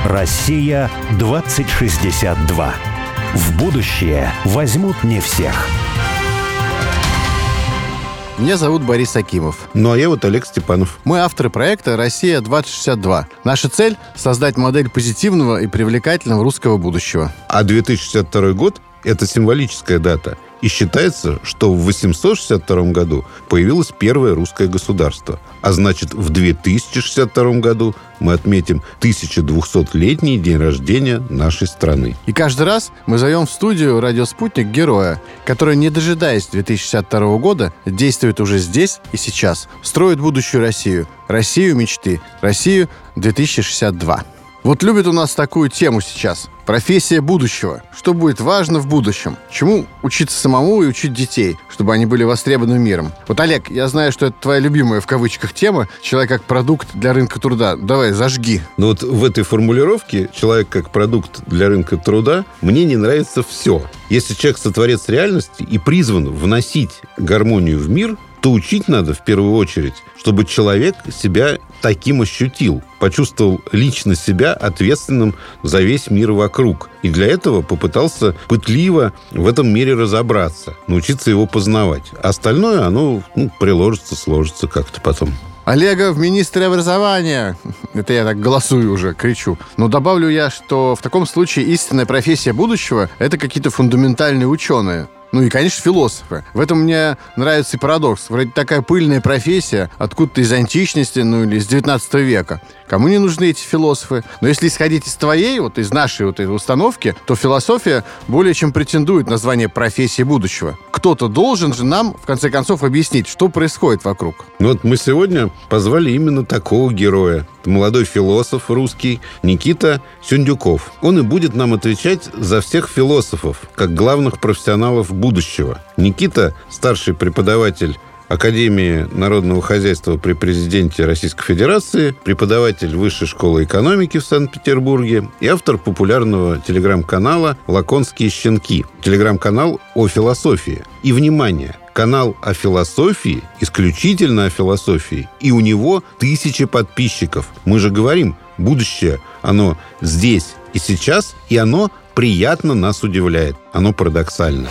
Россия 2062. В будущее возьмут не всех. Меня зовут Борис Акимов. Ну, а я вот Олег Степанов. Мы авторы проекта «Россия-2062». Наша цель – создать модель позитивного и привлекательного русского будущего. А 2062 год – это символическая дата. И считается, что в 862 году появилось первое русское государство. А значит, в 2062 году мы отметим 1200-летний день рождения нашей страны. И каждый раз мы зовем в студию «Радио Спутник» героя, который, не дожидаясь 2062 года, действует уже здесь и сейчас, строит будущую Россию, Россию мечты, Россию 2062. Вот любят у нас такую тему сейчас. Профессия будущего. Что будет важно в будущем? Чему учиться самому и учить детей, чтобы они были востребованы миром? Вот, Олег, я знаю, что это твоя любимая в кавычках тема. Человек как продукт для рынка труда. Давай, зажги. Но вот в этой формулировке «человек как продукт для рынка труда» мне не нравится все. Если человек сотворец реальности и призван вносить гармонию в мир, то учить надо в первую очередь, чтобы человек себя таким ощутил, почувствовал лично себя ответственным за весь мир вокруг. И для этого попытался пытливо в этом мире разобраться, научиться его познавать. А остальное, оно приложится, сложится как-то потом. Олега в министре образования. Это я так голосую уже, кричу. Но добавлю я, что в таком случае истинная профессия будущего – это какие-то фундаментальные ученые. Ну и, конечно, философы. В этом мне нравится и парадокс. Вроде такая пыльная профессия, откуда-то из античности, или из 19 века. Кому не нужны эти философы? Но если исходить из твоей, из нашей этой установки, то философия более чем претендует на звание профессии будущего. Кто-то должен же нам, в конце концов, объяснить, что происходит вокруг. Вот мы сегодня позвали именно такого героя. Это молодой философ русский Никита Сюндюков. Он и будет нам отвечать за всех философов, как главных профессионалов будущего. Никита – старший преподаватель Академии народного хозяйства при президенте Российской Федерации, преподаватель Высшей школы экономики в Санкт-Петербурге и автор популярного телеграм-канала «Лаконские щенки». Телеграм-канал о философии. И, внимание, канал о философии, исключительно о философии, и у него 1000 подписчиков. Мы же говорим, будущее, оно здесь и сейчас, и оно приятно нас удивляет. Оно парадоксально.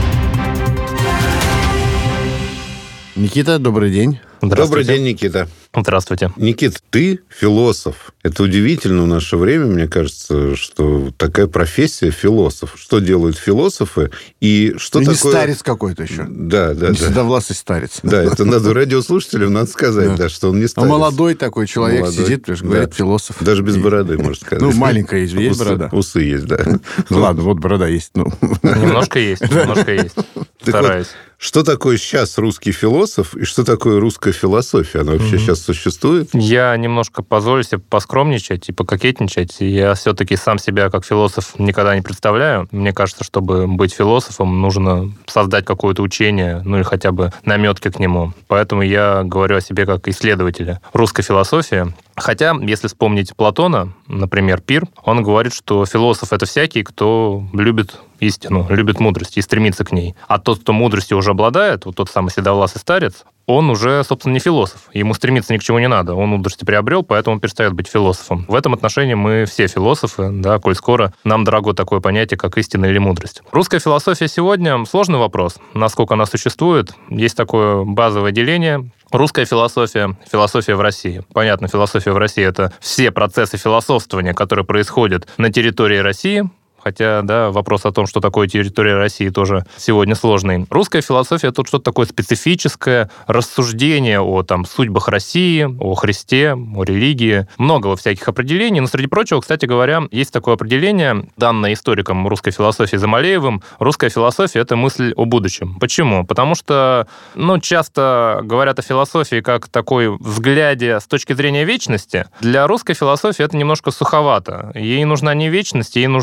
Никита, добрый день. Добрый день, Никита. Здравствуйте. Никит, ты философ. Это удивительно в наше время, мне кажется, что такая профессия философ. Что делают философы и что не такое... старец какой-то еще. Да. Седовласый старец. Да, это надо радиослушателям надо сказать, да, что он не старец. А молодой такой человек сидит, говорит, философ. Даже без бороды, можно сказать. Маленькая есть борода. Усы есть, да. Ладно, вот борода есть. Немножко есть. Стараюсь. Что такое сейчас русский философ и что такое русская философия? Она вообще сейчас существует? Я немножко позволю себе поскромничать и пококетничать. Я все-таки сам себя как философ никогда не представляю. Мне кажется, чтобы быть философом, нужно создать какое-то учение, или хотя бы наметки к нему. Поэтому я говорю о себе как исследователя русской философии. Хотя, если вспомнить Платона, например, Пир, он говорит, что философ – это всякий, кто любит истину, любит мудрость и стремится к ней. А тот, кто мудростью уже обладает, вот тот самый седовласый старец, он уже, собственно, не философ. Ему стремиться ни к чему не надо. Он мудрости приобрел, поэтому он перестает быть философом. В этом отношении мы все философы, да, коль скоро нам дорого такое понятие, как истина или мудрость. Русская философия сегодня – сложный вопрос. Насколько она существует? Есть такое базовое деление. Русская философия, философия в России. Понятно, философия в России – это все процессы философствования, которые происходят на территории России. Хотя, да, вопрос о том, что такое территория России, тоже сегодня сложный. Русская философия – это что-то такое специфическое рассуждение о судьбах России, о Христе, о религии. Много всяких определений. Но, среди прочего, кстати говоря, есть такое определение, данное историком русской философии Замалеевым. Русская философия – это мысль о будущем. Почему? Потому что, часто говорят о философии как такой взгляде с точки зрения вечности. Для русской философии это немножко суховато. Ей нужна не вечность, ей нужна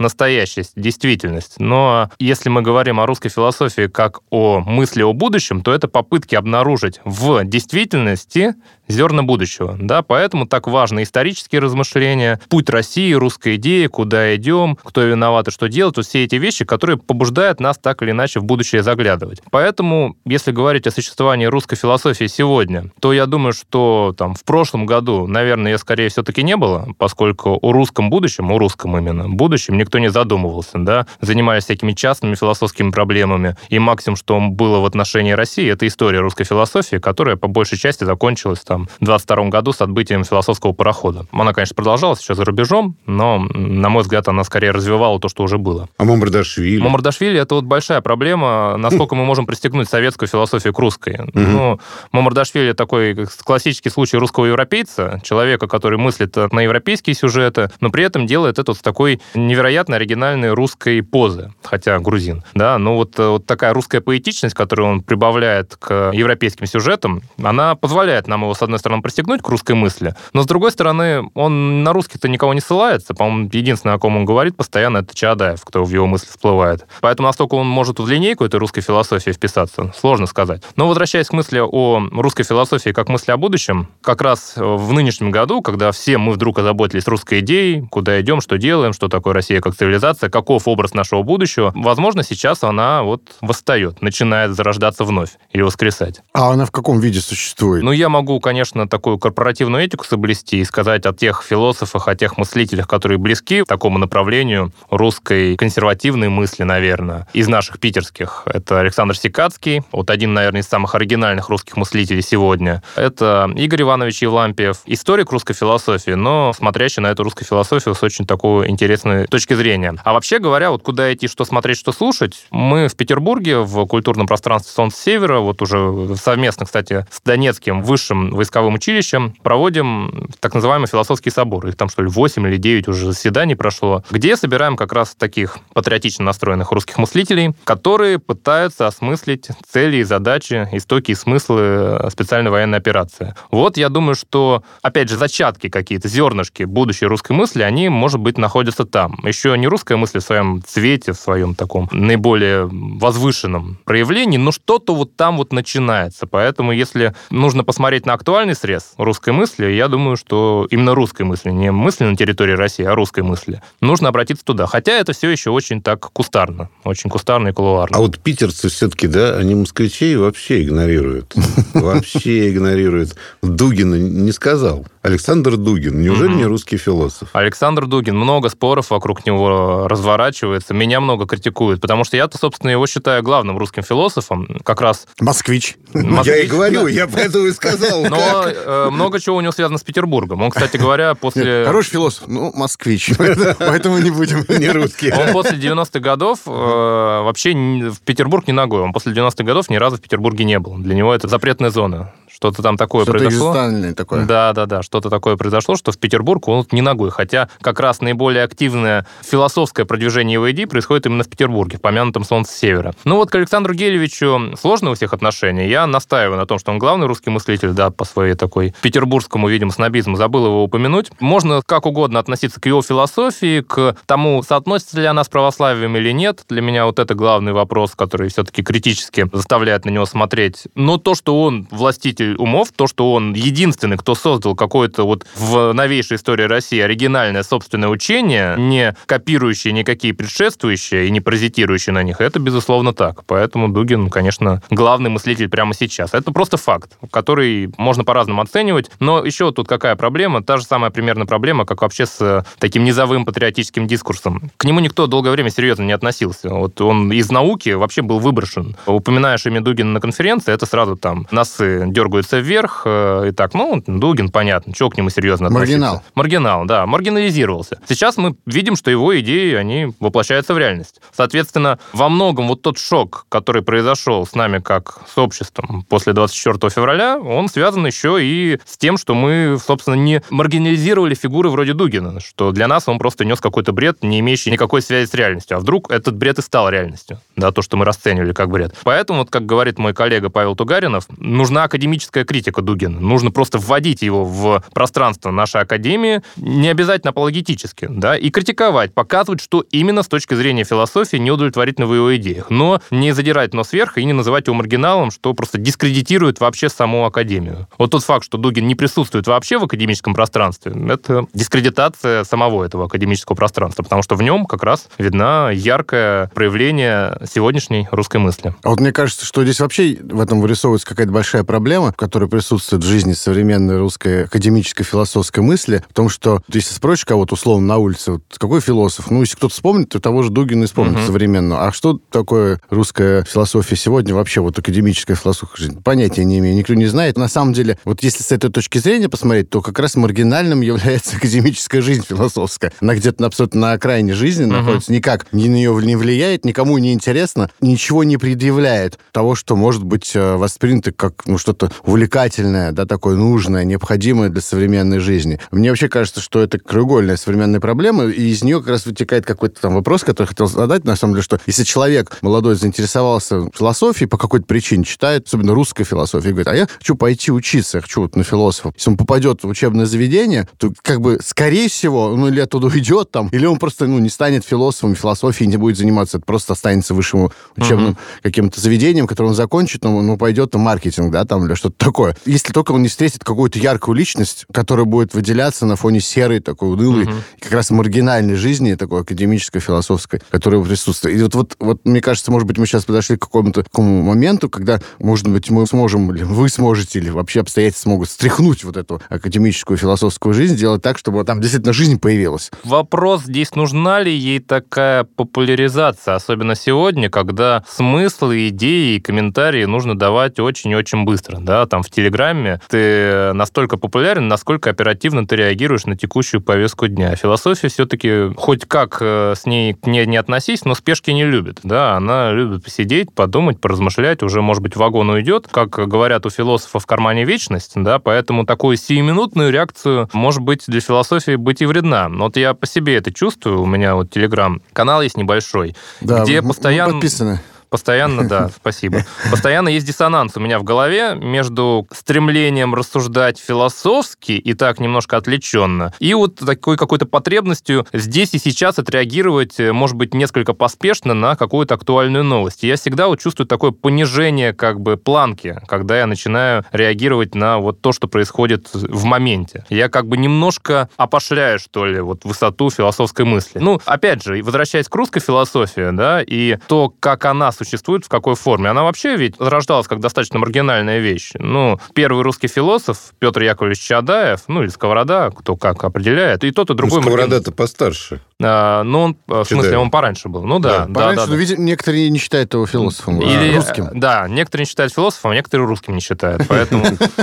настоящесть, действительность. Но если мы говорим о русской философии как о мысли о будущем, то это попытки обнаружить в действительности зерна будущего. Да? Поэтому так важны исторические размышления, путь России, русская идея, куда идем, кто виноват и что делать. Вот все эти вещи, которые побуждают нас так или иначе в будущее заглядывать. Поэтому, если говорить о существовании русской философии сегодня, то я думаю, что там, в прошлом году, наверное, ее скорее все-таки не было, поскольку о русском будущем, о русском именно будущем никто не задумывался. Да? Занимались всякими частными философскими проблемами. И максимум, что было в отношении России, это история русской философии, которая по большей части закончилась там, в 22 году с отбытием философского парохода. Она, конечно, продолжалась еще за рубежом, но, на мой взгляд, она скорее развивала то, что уже было. А Мамардашвили? Мамардашвили — это вот большая проблема, насколько мы можем пристегнуть советскую философию к русской. Ну, Мамардашвили — такой классический случай русского европейца, человека, который мыслит на европейские сюжеты, но при этом делает это с такой невероятно оригинальной русской позы, хотя грузин. Да? Но вот такая русская поэтичность, которую он прибавляет к европейским сюжетам, она позволяет нам его, с одной стороны, пристегнуть к русской мысли, но, с другой стороны, он на русских-то никого не ссылается. По-моему, единственное, о ком он говорит постоянно, это Чаадаев, кто в его мысли всплывает. Поэтому настолько он может в линейку этой русской философии вписаться, сложно сказать. Но, возвращаясь к мысли о русской философии как мысли о будущем, как раз в нынешнем году, когда все мы вдруг озаботились русской идеей, куда идем, что делаем, что такое Россия как цивилизация, каков образ нашего будущего, возможно, сейчас она вот восстает, начинает зарождаться вновь или воскресать. А она в каком виде существует? Ну, я могу, конечно, такую корпоративную этику соблюсти и сказать о тех философах, о тех мыслителях, которые близки к такому направлению русской консервативной мысли, наверное, из наших питерских. Это Александр Сикацкий, вот один, наверное, из самых оригинальных русских мыслителей сегодня. Это Игорь Иванович Евлампиев, историк русской философии, но смотрящий на эту русскую философию с очень такой интересной точки зрения. А вообще говоря, вот куда идти, что смотреть, что слушать, мы в Петербурге в культурном пространстве «Солнце Севера», вот уже совместно, кстати, с Донецким высшим войсковым училищем проводим так называемый философский собор. Их там, что ли, 8 или 9 уже заседаний прошло, где собираем как раз таких патриотично настроенных русских мыслителей, которые пытаются осмыслить цели и задачи, истоки и смыслы специальной военной операции. Вот я думаю, что, опять же, зачатки какие-то, зернышки будущей русской мысли, они, может быть, находятся там. Еще не русская мысль в своем цвете, в своем таком наиболее возвышенном проявлении, но что-то вот там вот начинается. Поэтому, если нужно посмотреть на актуальный срез русской мысли, я думаю, что именно русской мысли, не мысли на территории России, а русской мысли, нужно обратиться туда. Хотя это все еще очень так кустарно, очень кустарно и кулуарно. А вот питерцы все-таки, да, они москвичей вообще игнорируют. Вообще игнорируют. Дугина не сказал. Александр Дугин. Неужели не русский философ? Александр Дугин. Много споров вокруг него разворачивается. Меня много критикуют, потому что я-то, собственно, его считаю главным русским философом. Как раз... Москвич. Я и говорю, я поэтому и сказал. Но много чего у него связано с Петербургом. Он, кстати говоря, после... Хороший философ, ну, москвич. Поэтому не будем. Не русский. Он после 90-х годов вообще в Петербург не ногой. Он после 90-х годов ни разу в Петербурге не был. Для него это запретная зона. Что-то там такое произошло. Что-то такое. Да. Что-то такое произошло, что в Петербург он не ногой. Хотя как раз наиболее активное философское продвижение его идей происходит именно в Петербурге, в помянутом «Солнце Севера». Ну вот к Александру Гелевичу сложно у всех отношения. Я настаиваю на том, что он главный русский мыслитель, да, по своей такой петербургскому, видимо, снобизму. Забыл его упомянуть. Можно как угодно относиться к его философии, к тому, соотносится ли она с православием или нет. Для меня вот это главный вопрос, который все-таки критически заставляет на него смотреть. Но то, что он властитель умов, то, что он единственный, кто создал какое-то вот в новейшей истории России оригинальное собственное учение, не копирующее никакие предшествующие и не паразитирующие на них, это, безусловно, так. Поэтому Дугин, конечно, главный мыслитель прямо сейчас. Это просто факт, который можно по-разному оценивать. Но еще тут какая проблема? Та же самая примерно проблема, как вообще с таким низовым патриотическим дискурсом. К нему никто долгое время серьезно не относился. Вот он из науки вообще был выброшен. Упоминаешь имя Дугина на конференции, это сразу там носы дергаются вверх, и так, ну, Дугин, понятно, чего к нему серьезно относиться. Маргинал, да, маргинализировался. Сейчас мы видим, что его идеи, они воплощаются в реальность. Соответственно, во многом вот тот шок, который произошел с нами как с обществом после 24 февраля, он связан еще и с тем, что мы, собственно, не маргинализировали фигуры вроде Дугина, что для нас он просто нес какой-то бред, не имеющий никакой связи с реальностью. А вдруг этот бред и стал реальностью, да, то, что мы расценивали как бред. Поэтому, вот как говорит мой коллега Павел Тугаринов, нужна академическая академическая критика Дугина. Нужно просто вводить его в пространство нашей академии, не обязательно апологетически, да, и критиковать, показывать, что именно с точки зрения философии неудовлетворительно в его идеях. Но не задирать нос вверх и не называть его маргиналом, что просто дискредитирует вообще саму академию. Вот тот факт, что Дугин не присутствует вообще в академическом пространстве, это дискредитация самого этого академического пространства, потому что в нем как раз видна яркое проявление сегодняшней русской мысли. А вот мне кажется, что здесь вообще в этом вырисовывается какая-то большая проблема, которая присутствует в жизни современной русской академической философской мысли, в том, что если спросишь кого-то условно на улице, вот, какой философ? Ну, если кто-то вспомнит, то того же Дугина и вспомнит современно. А что такое русская философия сегодня вообще, вот академическая философская жизнь? Понятия не имею, никто не знает. На самом деле, вот если с этой точки зрения посмотреть, то как раз маргинальным является академическая жизнь философская. Она где-то абсолютно на окраине жизни находится, никак ни на нее не влияет, никому не интересно, ничего не предъявляет того, что может быть воспринято как что-то увлекательное, да, такое нужное, необходимое для современной жизни. Мне вообще кажется, что это краеугольная современная проблема, и из нее как раз вытекает какой-то там вопрос, который я хотел задать, на самом деле, что если человек молодой заинтересовался философией по какой-то причине, читает, особенно русской философии, говорит, а я хочу пойти учиться, я хочу вот на философа. Если он попадет в учебное заведение, то как бы, скорее всего, он или оттуда уйдет там, или он просто, не станет философом, философией не будет заниматься, это просто останется высшим учебным каким-то заведением, которое он закончит, но пойдет на маркетинг, да, там, или что-то такое. Если только он не встретит какую-то яркую личность, которая будет выделяться на фоне серой, такой унылой, как раз маргинальной жизни, такой академической, философской, которая присутствует. И вот мне кажется, может быть, мы сейчас подошли к какому-то такому моменту, когда, может быть, мы сможем, или вы сможете, или вообще обстоятельства могут стряхнуть вот эту академическую философскую жизнь, сделать так, чтобы там действительно жизнь появилась. Вопрос здесь, нужна ли ей такая популяризация, особенно сегодня, когда смыслы, идеи и комментарии нужно давать очень-очень быстро, да, там в Телеграме ты настолько популярен, насколько оперативно ты реагируешь на текущую повестку дня. Философия все-таки, хоть как с ней не относись, но спешки не любит, да, она любит посидеть, подумать, поразмышлять, уже, может быть, вагон уйдет, как говорят у философа, в кармане вечность, да, поэтому такую сиюминутную реакцию, может быть, для философии быть и вредна. Но вот я по себе это чувствую, у меня вот Телеграм-канал есть небольшой, да, где постоянно... подписаны. Постоянно, да, спасибо. Постоянно есть диссонанс у меня в голове между стремлением рассуждать философски и так немножко отвлеченно, и вот такой какой-то потребностью здесь и сейчас отреагировать, может быть, несколько поспешно на какую-то актуальную новость. И я всегда вот чувствую такое понижение как бы планки, когда я начинаю реагировать на вот то, что происходит в моменте. Я как бы немножко опошляю, что ли, вот высоту философской мысли. Ну, опять же, возвращаясь к русской философии, да, и то, как она существует, в какой форме. Она вообще ведь зарождалась как достаточно маргинальная вещь. Ну, первый русский философ Петр Яковлевич Чаадаев, ну, или Сковорода, кто как определяет, и тот, и другой... Сковорода-то постарше. Ну, он, в смысле, он пораньше был. Ну, да. Пораньше, но, видимо, некоторые не считают его философом, русским. Да, некоторые не считают философом, а некоторые русским не считают. Поэтому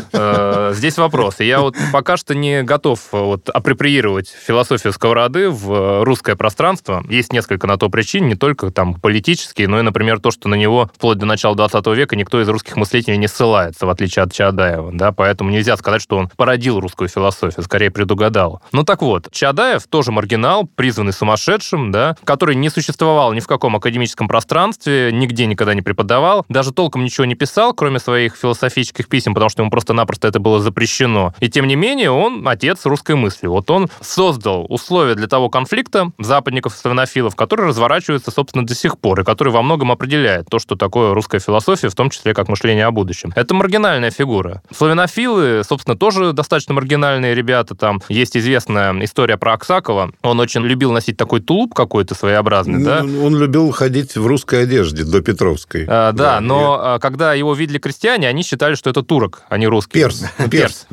здесь вопрос. И я вот пока что не готов вот апроприировать философию Сковороды в русское пространство. Есть несколько на то причин, не только там политические, но и, например, то, что на него вплоть до начала 20 века никто из русских мыслителей не ссылается, в отличие от Чаадаева, да, поэтому нельзя сказать, что он породил русскую философию, скорее предугадал. Ну так вот, Чаадаев тоже маргинал, призванный сумасшедшим, да, который не существовал ни в каком академическом пространстве, нигде никогда не преподавал, даже толком ничего не писал, кроме своих философических писем, потому что ему просто-напросто это было запрещено. И тем не менее, он отец русской мысли. Вот он создал условия для того конфликта западников и славянофилов, который разворачивается, собственно, до сих пор, и который во многом определяет то, что такое русская философия, в том числе как мышление о будущем. Это маргинальная фигура. Славянофилы, собственно, тоже достаточно маргинальные ребята. Там есть известная история про Аксакова. Он очень любил носить такой тулуп какой-то своеобразный, да? Он любил ходить в русской одежде до Петровской. Да, но когда его видели крестьяне, они считали, что это турок, а не русский. Перс.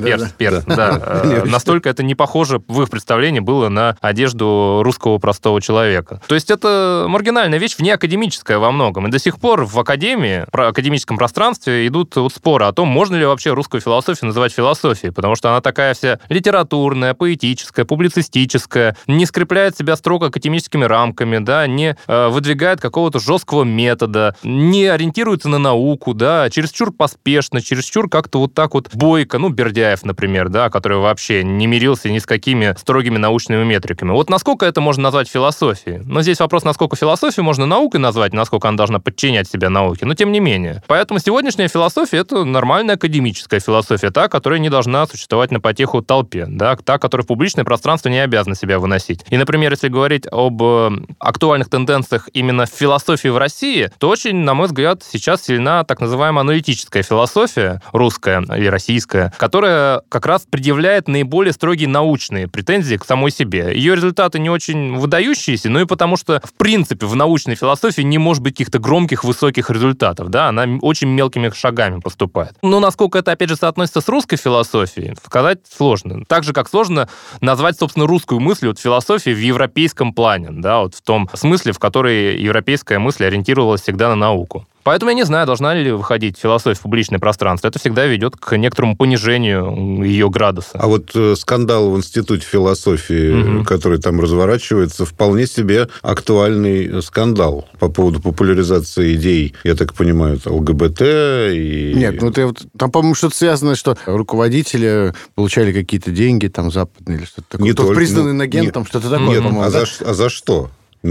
Настолько это не похоже в их представлении было на одежду русского простого человека. То есть это маргинальная вещь, внеакадемическая во многом. И до сих пор в академии, в академическом пространстве идут вот споры о том, можно ли вообще русскую философию называть философией, потому что она такая вся литературная, поэтическая, публицистическая, не скрепляет себя себя строго академическими рамками, да, не выдвигает какого-то жесткого метода, не ориентируется на науку, да, чересчур поспешно, чересчур как-то вот так вот бойко, Бердяев, например, да, который вообще не мирился ни с какими строгими научными метриками. Вот насколько это можно назвать философией? Но здесь вопрос, насколько философию можно наукой назвать, насколько она должна подчинять себя науке, но тем не менее. Поэтому сегодняшняя философия — это нормальная академическая философия, та, которая не должна существовать на потеху толпе, да, та, которая в публичное пространство не обязана себя выносить. И, например, если говорить об актуальных тенденциях именно в философии в России, то очень, на мой взгляд, сейчас сильна так называемая аналитическая философия, русская или российская, которая как раз предъявляет наиболее строгие научные претензии к самой себе. Ее результаты не очень выдающиеся, но и потому что, в принципе, в научной философии не может быть каких-то громких, высоких результатов, да, она очень мелкими шагами поступает. Но насколько это, опять же, соотносится с русской философией, сказать сложно. Так же, как сложно назвать, собственно, русскую мысль от философии в европейском плане, да, вот в том смысле, в который европейская мысль ориентировалась всегда на науку. Поэтому я не знаю, должна ли выходить философия в публичное пространство. Это всегда ведет к некоторому понижению ее градуса. А вот скандал в Институте философии, который там разворачивается, вполне себе актуальный скандал по поводу популяризации идей, я так понимаю, ЛГБТ и... Нет, там, по-моему, что-то связано, что руководители получали какие-то деньги, там, западные или что-то такое. Не только, признанный инагентом, что-то такое, по-моему. А за что?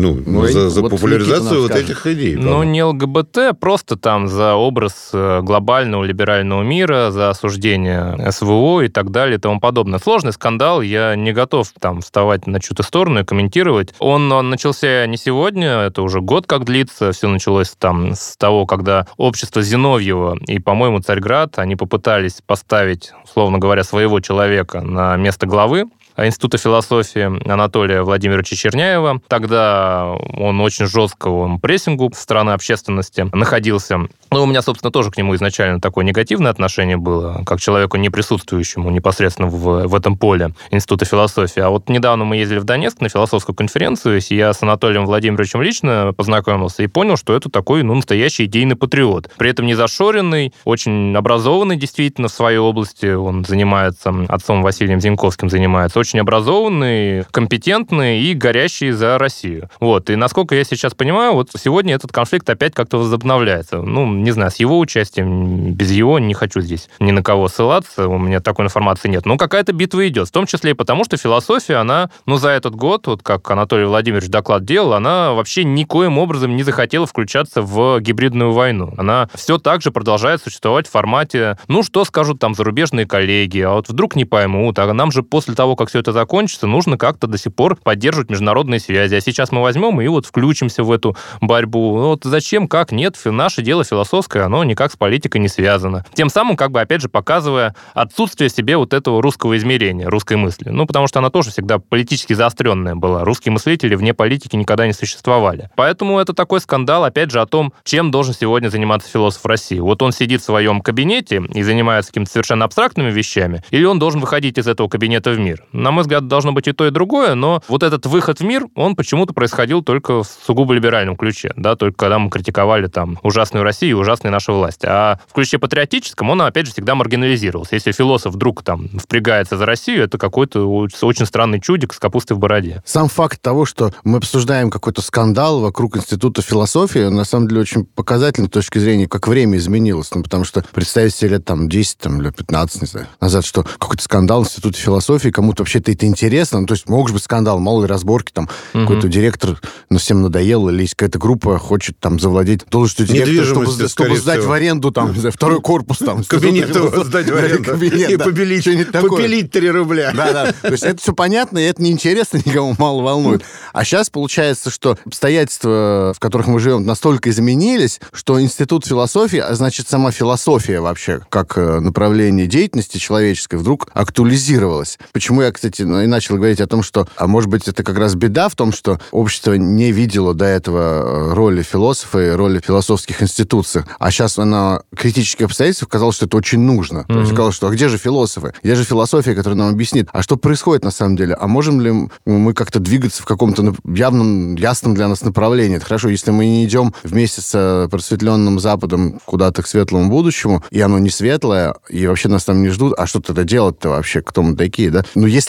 За популяризацию вот этих идей. Не ЛГБТ, просто там за образ глобального либерального мира, за осуждение СВО и так далее и тому подобное. Сложный скандал, я не готов там вставать на чью-то сторону и комментировать. Он начался не сегодня, это уже год как длится. Все началось там с того, когда общество Зиновьева и, по-моему, Царьград, они попытались поставить, условно говоря, своего человека на место главы Института философии Анатолия Владимировича Черняева. Тогда он очень жесткому прессингу со стороны общественности находился. У меня, собственно, тоже к нему изначально такое негативное отношение было, как человеку, не присутствующему непосредственно в этом поле Института философии. А вот недавно мы ездили в Донецк на философскую конференцию, и я с Анатолием Владимировичем лично познакомился и понял, что это такой, настоящий идейный патриот. При этом не зашоренный, очень образованный действительно в своей области. Он занимается, отцом Василием Зиньковским занимается, очень образованный, компетентный и горящий за Россию. И насколько я сейчас понимаю, сегодня этот конфликт опять как-то возобновляется. Не знаю, с его участием, без его, не хочу здесь ни на кого ссылаться, у меня такой информации нет. Но какая-то битва идет, в том числе и потому, что философия, она, за этот год, как Анатолий Владимирович доклад делал, она вообще никоим образом не захотела включаться в гибридную войну. Она все так же продолжает существовать в формате, что скажут там зарубежные коллеги, а вдруг не поймут, а нам же после того, как все это закончится, нужно как-то до сих пор поддерживать международные связи. А сейчас мы возьмем и включимся в эту борьбу. Зачем, как, нет, наше дело философское, оно никак с политикой не связано. Тем самым, опять же, показывая отсутствие в себе этого русского измерения, русской мысли. Потому что она тоже всегда политически заостренная была. Русские мыслители вне политики никогда не существовали. Поэтому это такой скандал, опять же, о том, чем должен сегодня заниматься философ России. Он сидит в своем кабинете и занимается какими-то совершенно абстрактными вещами, или он должен выходить из этого кабинета в мир. На мой взгляд, должно быть и то, и другое, но этот выход в мир, он почему-то происходил только в сугубо либеральном ключе, да, только когда мы критиковали там ужасную Россию, ужасные наши власти. А в ключе патриотическом он, опять же, всегда маргинализировался. Если философ вдруг там впрягается за Россию, это какой-то очень странный чудик с капустой в бороде. Сам факт того, что мы обсуждаем какой-то скандал вокруг Института философии, на самом деле очень показательный с точки зрения, как время изменилось. Потому что представить себе лет 10, лет 15, не знаю, назад, что какой-то скандал в Институте философии, кому-то вообще-то это интересно. То есть может быть скандал, мало ли разборки, какой-то директор всем надоел, или есть какая-то группа хочет завладеть должностью директора, чтобы сдать в аренду второй корпус. Кабинет его сдать в аренду. И попилить 3 рубля. Да. То есть это все понятно, и это неинтересно, никому мало волнует. А сейчас получается, что обстоятельства, в которых мы живем, настолько изменились, что Институт философии, а значит, сама философия вообще, как направление деятельности человеческой, вдруг актуализировалась. Почему я, кстати, и начал говорить о том, что, может быть, это как раз беда в том, что общество не видело до этого роли философа и роли философских институций. А сейчас она критических обстоятельств казалось, что это очень нужно. То есть казалось, что где же философы? Где же философия, которая нам объяснит? А что происходит на самом деле? А можем ли мы как-то двигаться в каком-то явном, ясном для нас направлении? Это хорошо, если мы не идем вместе с просветленным Западом куда-то к светлому будущему, и оно не светлое, и вообще нас там не ждут, а что тогда делать-то вообще? Кто мы такие, да? Если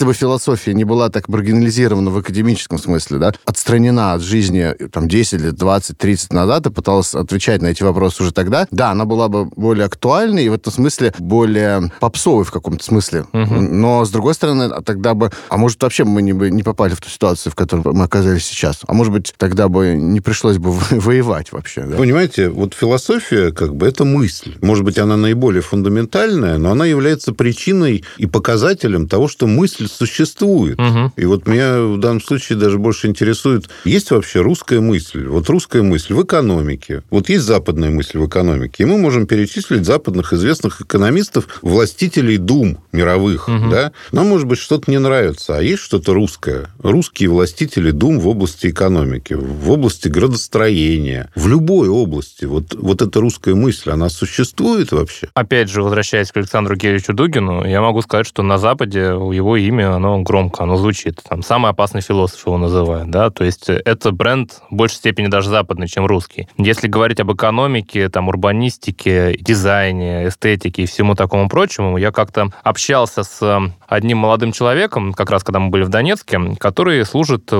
если бы философия не была так маргинализирована в академическом смысле, да, отстранена от жизни там 10 лет, 20, 30 назад и пыталась отвечать на эти вопросы уже тогда, да, она была бы более актуальной и в этом смысле более попсовой в каком-то смысле. Но, с другой стороны, тогда бы... А может, вообще мы не попали в ту ситуацию, в которой мы оказались сейчас. А может быть, тогда бы не пришлось бы воевать вообще. Да? Понимаете, вот философия, как бы, это мысль. Может быть, она наиболее фундаментальная, но она является причиной и показателем того, что мысль существует. И вот меня в данном случае даже больше интересует, есть вообще русская мысль? Вот русская мысль в экономике. Вот есть западная мысль в экономике. И мы можем перечислить западных известных экономистов, властителей дум мировых. Да? Нам, может быть, что-то не нравится, а есть что-то русское. Русские властители дум в области экономики, в области градостроения, в любой области. Вот эта русская мысль, она существует вообще? Опять же, возвращаясь к Александру Георгиевичу Дугину, я могу сказать, что на Западе его имя, оно громко, оно звучит. Там самый опасный философ его называют, да, то есть это бренд в большей степени даже западный, чем русский. Если говорить об экономике, там, урбанистике, дизайне, эстетике и всему такому прочему, я как-то общался с одним молодым человеком, как раз когда мы были в Донецке, который служит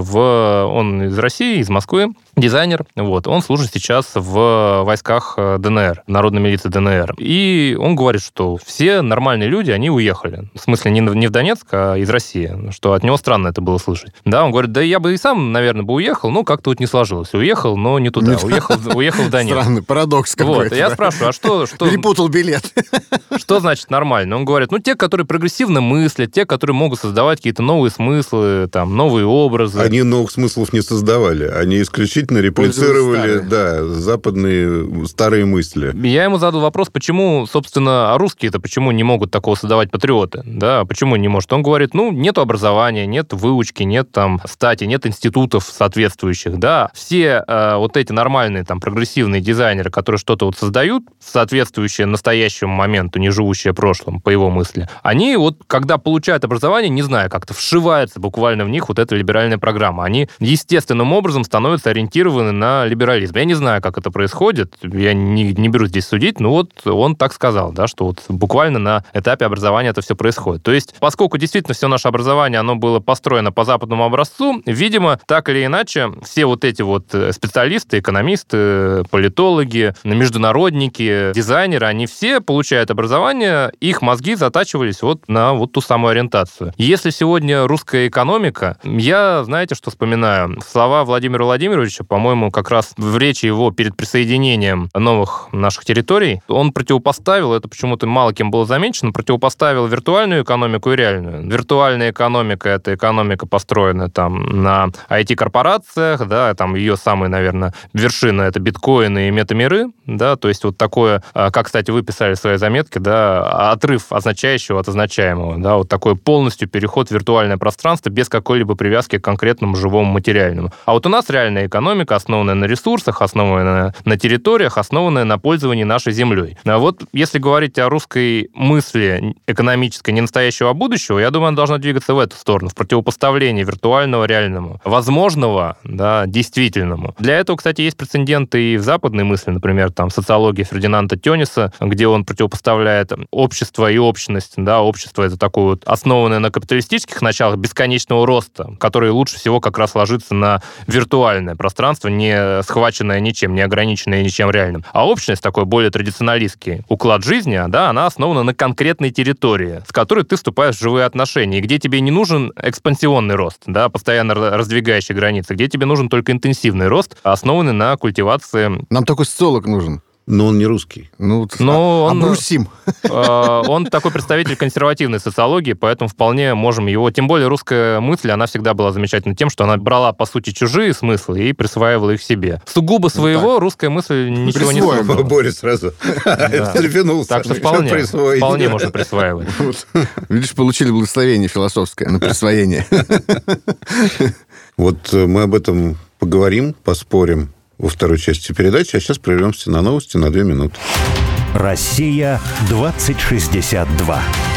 он из России, из Москвы, дизайнер, вот, он служит сейчас в войсках ДНР, народной милиции ДНР. И он говорит, что все нормальные люди, они уехали. В смысле, не в Донецк, а из России, что от него странно это было слышать. Да, он говорит, да я бы и сам, наверное, бы уехал, но как-то вот не сложилось. Уехал, но не туда, уехал в Донецк. Странный парадокс какой-то. Вот, я спрашиваю, а что... Перепутал билет. Что значит нормально? Он говорит, те, которые прогрессивно мыслят, те, которые могут создавать какие-то новые смыслы, там, новые образы. Они новых смыслов не создавали, они исключительно реплицировали, да, западные старые мысли. Я ему задал вопрос, почему, собственно, русские-то почему не могут такого создавать патриоты, да, почему не может? Он говорит, нету образования, нет выучки, нет там стати, нет институтов соответствующих, да. Все вот эти нормальные там прогрессивные дизайнеры, которые что-то вот создают, соответствующее настоящему моменту, не живущее прошлым, по его мысли, они вот, когда получают образование, не знаю, как-то вшивается буквально в них вот эта либеральная программа. Они естественным образом становятся ориентированы на либерализм. Я не знаю, как это происходит, я не берусь здесь судить, но вот он так сказал, да, что вот буквально на этапе образования это все происходит. То есть, поскольку действительно все наше образование, оно было построено по западному образцу, видимо, так или иначе, все вот эти вот специалисты, экономисты, политологи, международники, дизайнеры, они все получают образование, их мозги затачивались вот на вот ту самую ориентацию. Если сегодня русская экономика, я, знаете, что вспоминаю? Слова Владимира Владимировича, по-моему, как раз в речи его перед присоединением новых наших территорий, он противопоставил, это почему-то мало кем было замечено, противопоставил виртуальную экономику и реальную. Виртуальная экономика — это экономика, построенная там на IT-корпорациях, да, там ее самая, наверное, вершина — это биткоины и метамиры, да, то есть вот такое, как, кстати, вы писали в своей заметке, да, отрыв означающего от означаемого, да, вот такой полностью переход в виртуальное пространство без какой-либо привязки к конкретному живому материальному. А вот у нас реальная экономика, основанная на ресурсах, основанная на территориях, основанная на пользовании нашей землей. А вот если говорить о русской мысли экономической не настоящего, а будущего, я думаю, она должна двигаться в эту сторону, в противопоставлении виртуального реальному, возможного, да, действительному. Для этого, кстати, есть прецеденты и в западной мысли, например, там социология Фердинанда Тёниса, где он противопоставляет общество и общность, да, общество — это такое вот основанное на капиталистических началах бесконечного роста, который лучше всего как раз ложится на виртуальное пространство, не схваченное ничем, не ограниченное ничем реальным. А общность, такой более традиционалистский уклад жизни, да, она основана на конкретной территории, с которой ты вступаешь в живые отношения, и где тебе не нужен экспансионный рост, да, постоянно раздвигающий границы, где тебе нужен только интенсивный рост, основанный на культивации... Нам такой социолог нужен. Но он не русский. Обрусим. Он такой представитель консервативной социологии, поэтому вполне можем его... Тем более русская мысль, она всегда была замечательна тем, что она брала, по сути, чужие смыслы и присваивала их себе. Сугубо своего русская мысль ничего не создала. Боря сразу встрепенулся. Так что вполне можно присваивать. Видишь, получили благословение философское на присвоение. Вот мы об этом поговорим, поспорим во второй части передачи, а сейчас прервемся на новости на 2 минуты. Россия 2062.